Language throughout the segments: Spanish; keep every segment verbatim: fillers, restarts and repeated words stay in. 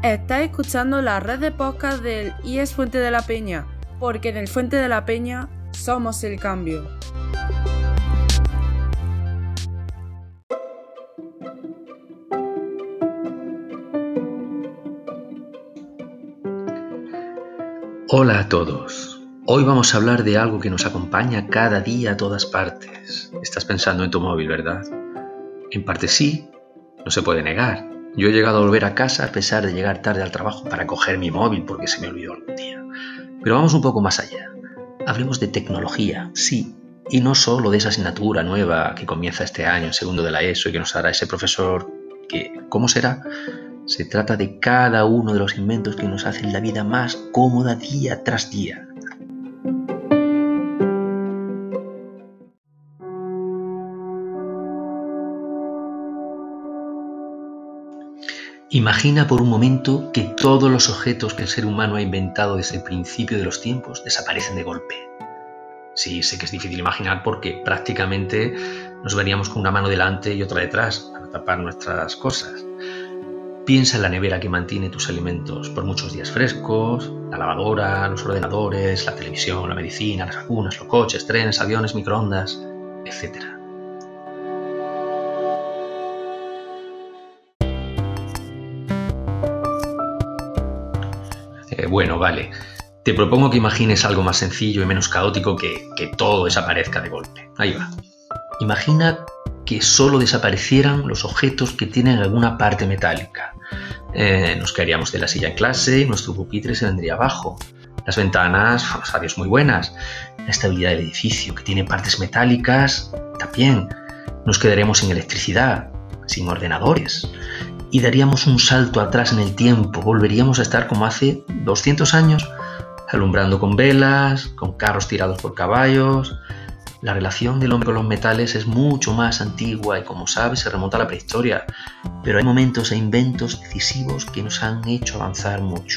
Estás escuchando la red de podcast del I E S Fuente de la Peña, porque en el Fuente de la Peña somos el cambio. Hola a todos. Hoy vamos a hablar de algo que nos acompaña cada día a todas partes. Estás pensando en tu móvil, ¿verdad? En parte sí, no se puede negar. Yo he llegado a volver a casa a pesar de llegar tarde al trabajo para coger mi móvil porque se me olvidó algún día. Pero vamos un poco más allá. Hablemos de tecnología, sí, y no solo de esa asignatura nueva que comienza este año en segundo de la ESO y que nos hará ese profesor que, ¿cómo será? Se trata de cada uno de los inventos que nos hacen la vida más cómoda día tras día. Imagina por un momento que todos los objetos que el ser humano ha inventado desde el principio de los tiempos desaparecen de golpe. Sí, sé que es difícil imaginar porque prácticamente nos veríamos con una mano delante y otra detrás para tapar nuestras cosas. Piensa en la nevera que mantiene tus alimentos por muchos días frescos, la lavadora, los ordenadores, la televisión, la medicina, las vacunas, los coches, trenes, aviones, microondas, etcétera. Eh, bueno, vale. Te propongo que imagines algo más sencillo y menos caótico que, que todo desaparezca de golpe. Ahí va. Imagina que solo desaparecieran los objetos que tienen alguna parte metálica. Eh, nos caeríamos de la silla en clase y nuestro pupitre se vendría abajo. Las ventanas, pues, adiós muy buenas. La estabilidad del edificio, que tiene partes metálicas, también. Nos quedaremos sin electricidad, sin ordenadores. Y daríamos un salto atrás en el tiempo. Volveríamos a estar como hace doscientos años, alumbrando con velas, con carros tirados por caballos. La relación del hombre con los metales es mucho más antigua y, como sabes, se remonta a la prehistoria. Pero hay momentos e inventos decisivos que nos han hecho avanzar mucho.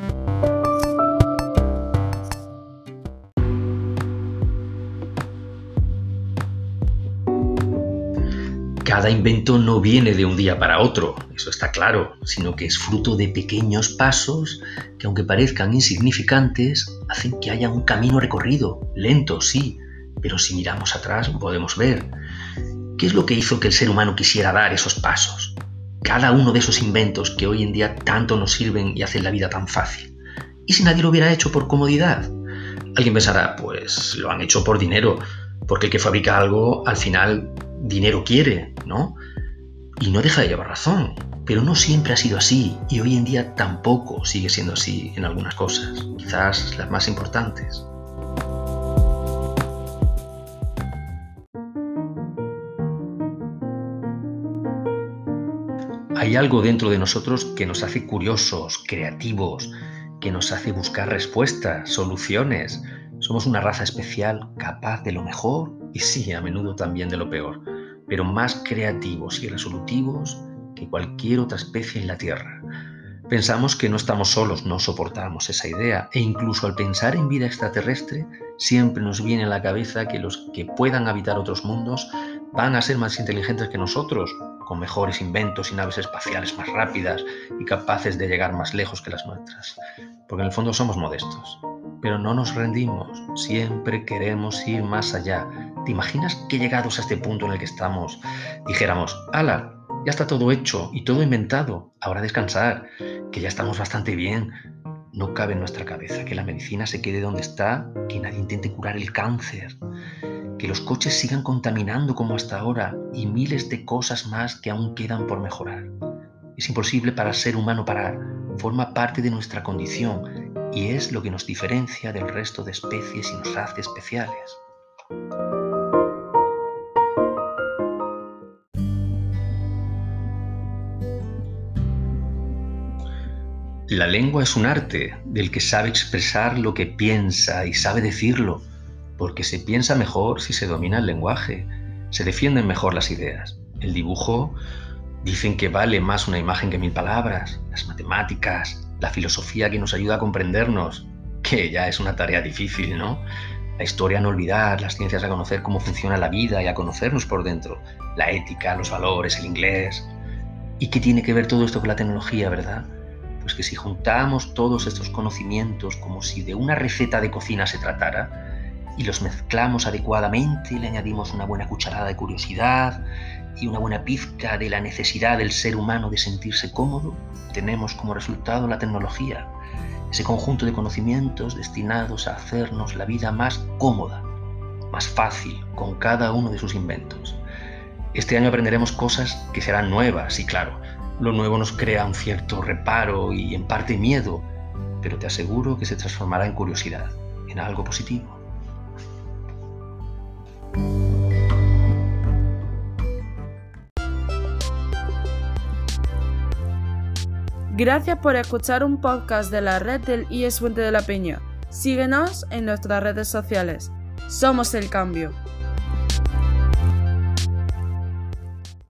Cada invento no viene de un día para otro, eso está claro, sino que es fruto de pequeños pasos que, aunque parezcan insignificantes, hacen que haya un camino recorrido, lento, sí, pero si miramos atrás podemos ver. ¿Qué es lo que hizo que el ser humano quisiera dar esos pasos? Cada uno de esos inventos que hoy en día tanto nos sirven y hacen la vida tan fácil. ¿Y si nadie lo hubiera hecho por comodidad? Alguien pensará, pues lo han hecho por dinero, porque el que fabrica algo al final dinero quiere, ¿no? Y no deja de llevar razón, pero no siempre ha sido así y hoy en día tampoco sigue siendo así en algunas cosas, quizás las más importantes. Hay algo dentro de nosotros que nos hace curiosos, creativos, que nos hace buscar respuestas, soluciones. Somos una raza especial, capaz de lo mejor y sí, a menudo también de lo peor, pero más creativos y resolutivos que cualquier otra especie en la Tierra. Pensamos que no estamos solos, no soportamos esa idea, e incluso al pensar en vida extraterrestre, siempre nos viene a la cabeza que los que puedan habitar otros mundos van a ser más inteligentes que nosotros, con mejores inventos y naves espaciales más rápidas y capaces de llegar más lejos que las nuestras, porque en el fondo somos modestos. Pero no nos rendimos, siempre queremos ir más allá. ¿Te imaginas que llegados a este punto en el que estamos, dijéramos, ¡hala! Ya está todo hecho y todo inventado, ahora a descansar, que ya estamos bastante bien? No cabe en nuestra cabeza que la medicina se quede donde está, que nadie intente curar el cáncer, que los coches sigan contaminando como hasta ahora y miles de cosas más que aún quedan por mejorar. Es imposible para el ser humano parar, forma parte de nuestra condición y es lo que nos diferencia del resto de especies y nos hace especiales. La lengua es un arte del que sabe expresar lo que piensa y sabe decirlo, porque se piensa mejor si se domina el lenguaje, se defienden mejor las ideas. El dibujo, dicen que vale más una imagen que mil palabras, las matemáticas, la filosofía que nos ayuda a comprendernos, que ya es una tarea difícil, ¿no? La historia a no olvidar, las ciencias a conocer cómo funciona la vida y a conocernos por dentro, la ética, los valores, el inglés. ¿Y qué tiene que ver todo esto con la tecnología, verdad? Pues que si juntamos todos estos conocimientos como si de una receta de cocina se tratara, y los mezclamos adecuadamente, le añadimos una buena cucharada de curiosidad y una buena pizca de la necesidad del ser humano de sentirse cómodo, tenemos como resultado la tecnología, ese conjunto de conocimientos destinados a hacernos la vida más cómoda, más fácil, con cada uno de sus inventos. Este año aprenderemos cosas que serán nuevas y claro, lo nuevo nos crea un cierto reparo y en parte miedo, pero te aseguro que se transformará en curiosidad, en algo positivo. Gracias por escuchar un podcast de la red del I E S Fuente de la Peña. Síguenos en nuestras redes sociales. Somos el cambio.